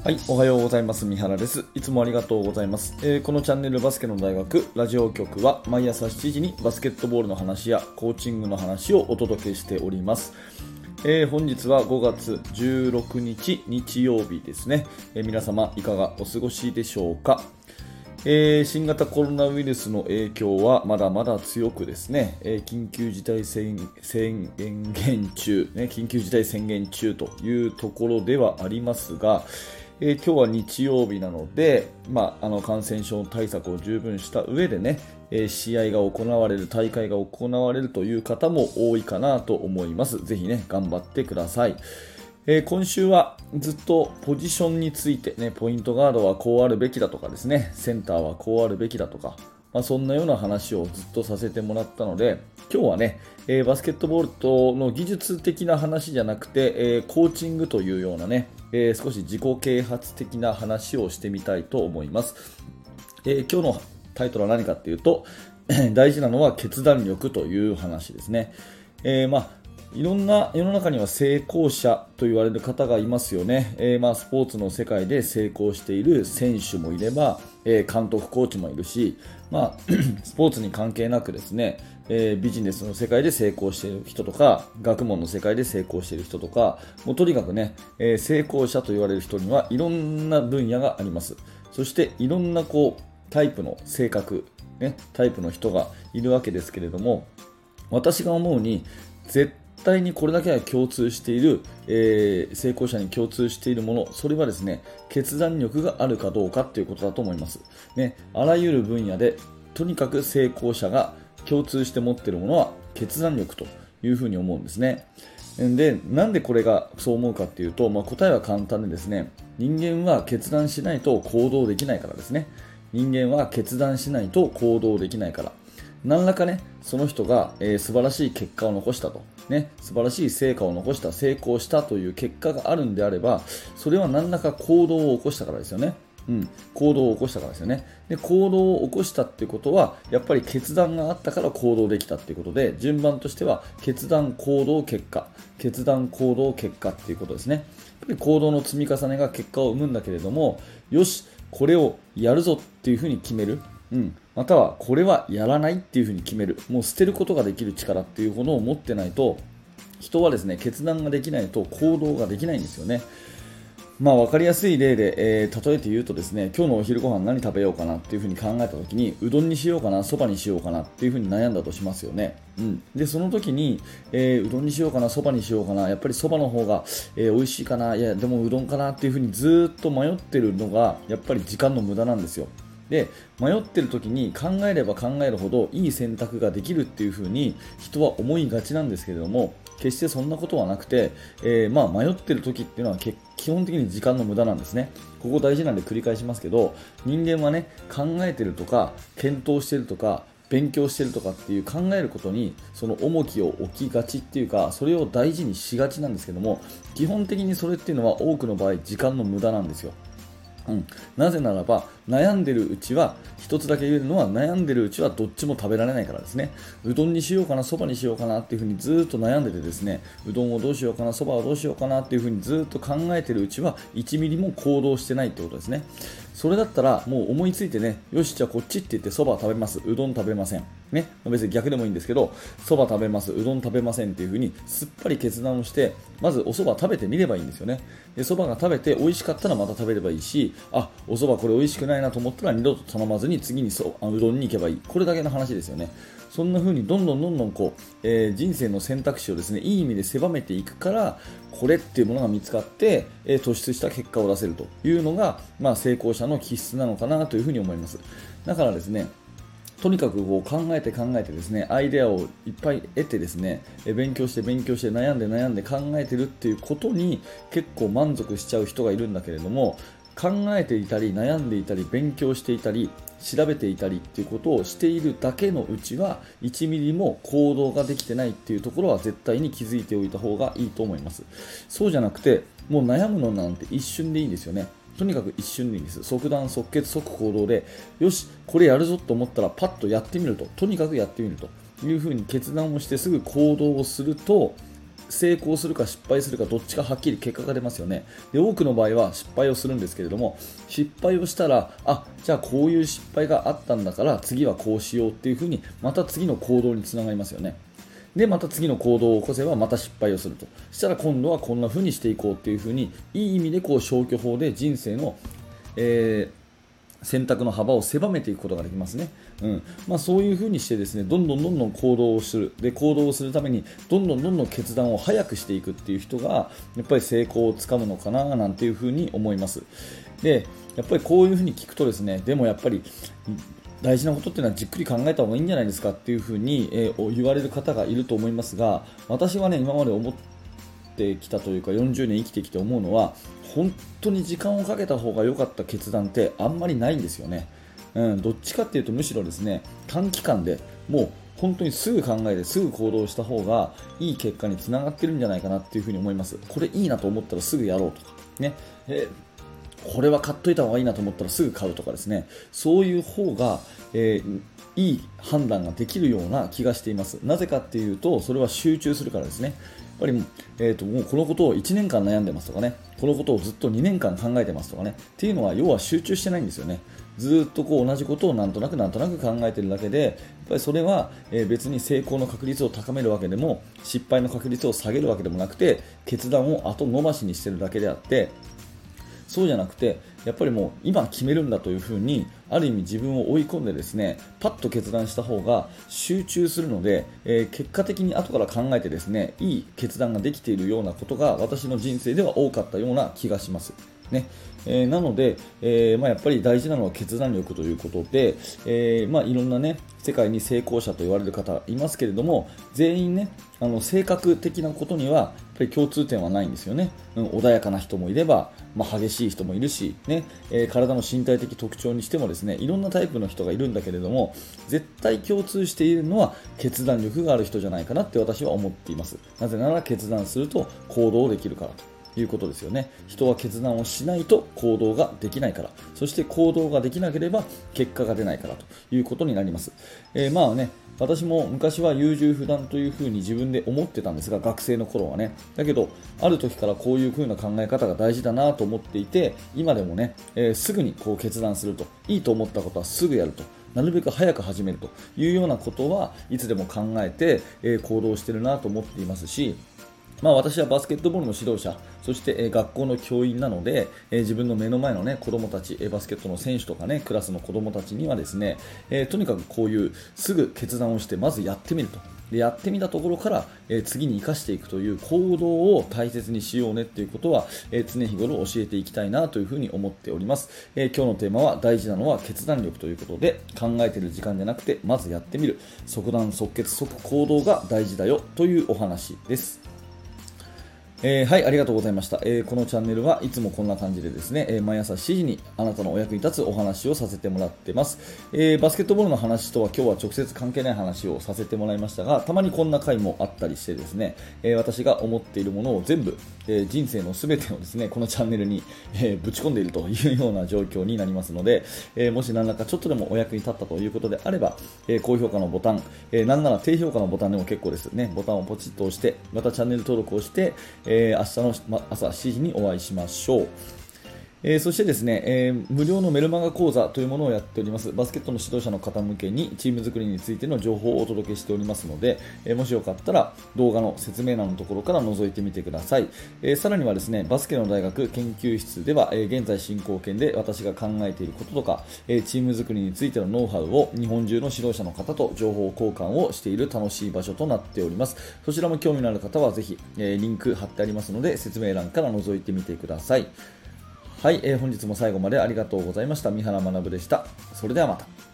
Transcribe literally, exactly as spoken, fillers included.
はい、おはようございます。三原です。いつもありがとうございます。えーこのチャンネルバスケの大学ラジオ局は毎朝しちじにバスケットボールの話やコーチングの話をお届けしております。えー本日はごがつじゅうろくにち日曜日ですね。えー皆様いかがお過ごしでしょうか。えー新型コロナウイルスの影響はまだまだ強くですね、えー緊急事態宣宣言中、ね、緊急事態宣言中というところではありますが、えー今日は日曜日なので、まあ、あの感染症対策を十分した上でね、えー試合が行われる、大会が行われるという方も多いかなと思います。ぜひね、頑張ってください。えー今週はずっとポジションについて、ね、ポイントガードはこうあるべきだとかですね、センターはこうあるべきだとか、まあ、そんなような話をずっとさせてもらったので、今日はね、えーバスケットボールとの技術的な話じゃなくて、えーコーチングというようなね、えー少し自己啓発的な話をしてみたいと思います。えー今日のタイトルは何かっていうと、大事なのは決断力という話ですね。えーまあいろんな世の中には成功者と言われる方がいますよね。えーまあ、スポーツの世界で成功している選手もいれば、えー監督、コーチもいるし、まあ、スポーツに関係なくですね、えービジネスの世界で成功している人とか、学問の世界で成功している人とか、もうとにかくね、えー成功者と言われる人にはいろんな分野があります。そしていろんなこうタイプの性格、ね、タイプの人がいるわけですけれども、私が思うに絶対にこれだけは共通している、えー成功者に共通しているもの、それはですね、決断力があるかどうかということだと思います。ね、あらゆる分野でとにかく成功者が共通して持っているものは決断力というふうに思うんですね。で、なんでこれがそう思うかっていうと、まあ、答えは簡単でですね、人間は決断しないと行動できないからですね。人間は決断しないと行動できないから。何らかね、その人が、えー素晴らしい結果を残したと、ね、素晴らしい成果を残した、成功したという結果があるんであれば、それは何らか行動を起こしたからですよね。うん、行動を起こしたからですよね。で、行動を起こしたっていうことは、やっぱり決断があったから行動できたっていうことで、順番としては決断、行動、結果、決断、行動、結果っていうことですね。やっぱり行動の積み重ねが結果を生むんだけれども、よし、これをやるぞっていうふうに決める。うん、またはこれはやらないっていうふうに決める、もう捨てることができる力っていうものを持ってないと、人はですね、決断ができないと行動ができないんですよね。まあ、分かりやすい例で、えー例えて言うとですね、今日のお昼ご飯何食べようかなっていうふうに考えたときに、うどんにしようかな、そばにしようかなっていうふうに悩んだとしますよね。うん、でその時に、えーうどんにしようかな、そばにしようかな、やっぱりそばの方が、えー美味しいかな、いやでもうどんかなっていうふうにずっと迷ってるのがやっぱり時間の無駄なんですよ。で迷っている時に考えれば考えるほどいい選択ができるっていう風に人は思いがちなんですけれども、決してそんなことはなくて、えーまあ迷っている時っていうのはけ基本的に時間の無駄なんですね。ここ大事なんで繰り返しますけど、人間はね、考えてるとか検討してるとか勉強してるとかっていう考えることにその重きを置きがちっていうか、それを大事にしがちなんですけども、基本的にそれっていうのは多くの場合時間の無駄なんですよ。うん、なぜならば悩んでるうちは、一つだけ言えるのは、悩んでるうちはどっちも食べられないからですね。うどんにしようかな、そばにしようかなっていうふうにずっと悩んでてですね、うどんをどうしようかな、そばをどうしようかなっていうふうにずっと考えてるうちはいちミリも行動してないってことですね。それだったらもう思いついてね、よしじゃあこっちって言ってそば食べます、うどん食べませんね、別に逆でもいいんですけど、そば食べます、うどん食べませんっていう風にすっぱり決断をして、まずおそば食べてみればいいんですよね。でそばが食べて美味しかったらまた食べればいいし、あ、おそばこれ美味しくないなと思ったら二度と頼まずに次にそうあうどんに行けばいい、これだけの話ですよね。そんな風にどんどんどんどんこう、えー人生の選択肢をですね、いい意味で狭めていくから、これっていうものが見つかって、えー突出した結果を出せるというのが、まあ、成功者の気質なのかなというふうに思います。だからですね、とにかくこう考えて考えてですね、アイデアをいっぱい得てですね、え勉強して勉強して悩んで悩んで考えてるっていうことに結構満足しちゃう人がいるんだけれども、考えていたり悩んでいたり勉強していたり調べていたりっていうことをしているだけのうちはいちミリも行動ができてないっていうところは絶対に気づいておいた方がいいと思います。そうじゃなくて、もう悩むのなんて一瞬でいいんですよね。とにかく一瞬でいいんです。即断即決即行動で、よしこれやるぞと思ったらパッとやってみると、とにかくやってみるというふうに決断をしてすぐ行動をすると、 成功するか失敗するかどっちかはっきり結果が出ますよね。で多くの場合は失敗をするんですけれども、失敗をしたらあじゃあこういう失敗があったんだから次はこうしようっていうふうにまた次の行動につながりますよね。でまた次の行動を起こせばまた失敗をするとしたら今度はこんな風にしていこうっていう風にいい意味でこう消去法で人生の、えー選択の幅を狭めていくことができますね。うんまあ、そういう風にしてですねどんどんどんどん行動をするで行動をするためにどんどんどんどん決断を早くしていくっていう人がやっぱり成功をつかむのかななんていう風に思います。でやっぱりこういう風に聞くとですねでもやっぱり大事なことっていうのはじっくり考えた方がいいんじゃないですかっていう風に、えー、言われる方がいると思いますが、私はね今まで思ってきたというかよんじゅうねん生きてきて思うのは本当に時間をかけた方が良かった決断ってあんまりないんですよね。うん、どっちかっていうとむしろですね短期間でもう本当にすぐ考えてすぐ行動した方がいい結果につながってるんじゃないかなっていうふうに思います。これいいなと思ったらすぐやろうとかね、えーこれは買っといた方がいいなと思ったらすぐ買うとかですねそういう方が、えー、いい判断ができるような気がしています。なぜかっていうとそれは集中するからですね。やっぱり、えーと、もうこのことをいちねんかん悩んでますとかねこのことをずっとにねんかん考えてますとかねっていうのは要は集中してないんですよね。ずっとこう同じことをなんとなくなんとなく考えているだけでやっぱりそれは、えー、別に成功の確率を高めるわけでも失敗の確率を下げるわけでもなくて決断を後延ばしにしているだけであってそうじゃなくてやっぱりもう今決めるんだというふうにある意味自分を追い込んでですねパッと決断した方が集中するので、えー、結果的に後から考えてですねいい決断ができているようなことが私の人生では多かったような気がしますね。えー、なので、えーまあ、やっぱり大事なのは決断力ということで、えーまあ、いろんな、ね、世界に成功者と言われる方いますけれども全員、ね、あの性格的なことにはやっぱり共通点はないんですよね。うん、穏やかな人もいれば、まあ、激しい人もいるし、ねえー、体の身体的特徴にしてもですねいろんなタイプの人がいるんだけれども絶対共通しているのは決断力がある人じゃないかなって私は思っています。なぜなら決断すると行動できるからということですよね。人は決断をしないと行動ができないから、そして行動ができなければ結果が出ないからということになります。えー、まあね私も昔は優柔不断というふうに自分で思ってたんですが学生の頃はねだけどある時からこういうふうな考え方が大事だなと思っていて今でもね、えー、すぐにこう決断するといいと思ったことはすぐやるとなるべく早く始めるというようなことはいつでも考えて、えー、行動しているなと思っていますしまあ、私はバスケットボールの指導者そして、えー、学校の教員なので、えー、自分の目の前の、ね、子どもたち、えー、バスケットの選手とか、ね、クラスの子どもたちにはですね、えー、とにかくこういうすぐ決断をしてまずやってみるとでやってみたところから、えー、次に生かしていくという行動を大切にしようねということは、えー、常日頃教えていきたいなというふうに思っております。えー、今日のテーマは大事なのは決断力ということで考えている時間じゃなくてまずやってみる即断即決即行動が大事だよというお話です。えー、はい、ありがとうございました、えー、このチャンネルはいつもこんな感じでですね、えー、毎朝しちじにあなたのお役に立つお話をさせてもらってます、えー、バスケットボールの話とは今日は直接関係ない話をさせてもらいましたがたまにこんな回もあったりしてですね、えー、私が思っているものを全部、えー、人生の全てをですねこのチャンネルに、えー、ぶち込んでいるというような状況になりますので、えー、もし何らかちょっとでもお役に立ったということであれば、えー、高評価のボタン、えー、なんなら低評価のボタンでも結構ですねボタンをポチッと押してまたチャンネル登録をしてえー、明日の朝しちじにお会いしましょう。えー、そしてですね、えー、無料のメルマガ講座というものをやっております。バスケットの指導者の方向けにチーム作りについての情報をお届けしておりますので、えー、もしよかったら動画の説明欄のところから覗いてみてください。えー、さらにはですね、バスケの大学研究室では、えー、現在進行形で私が考えていることとか、えー、チーム作りについてのノウハウを日本中の指導者の方と情報交換をしている楽しい場所となっております。そちらも興味のある方はぜひ、えー、リンク貼ってありますので説明欄から覗いてみてください。はい、えー、本日も最後までありがとうございました。三原学でした。それではまた。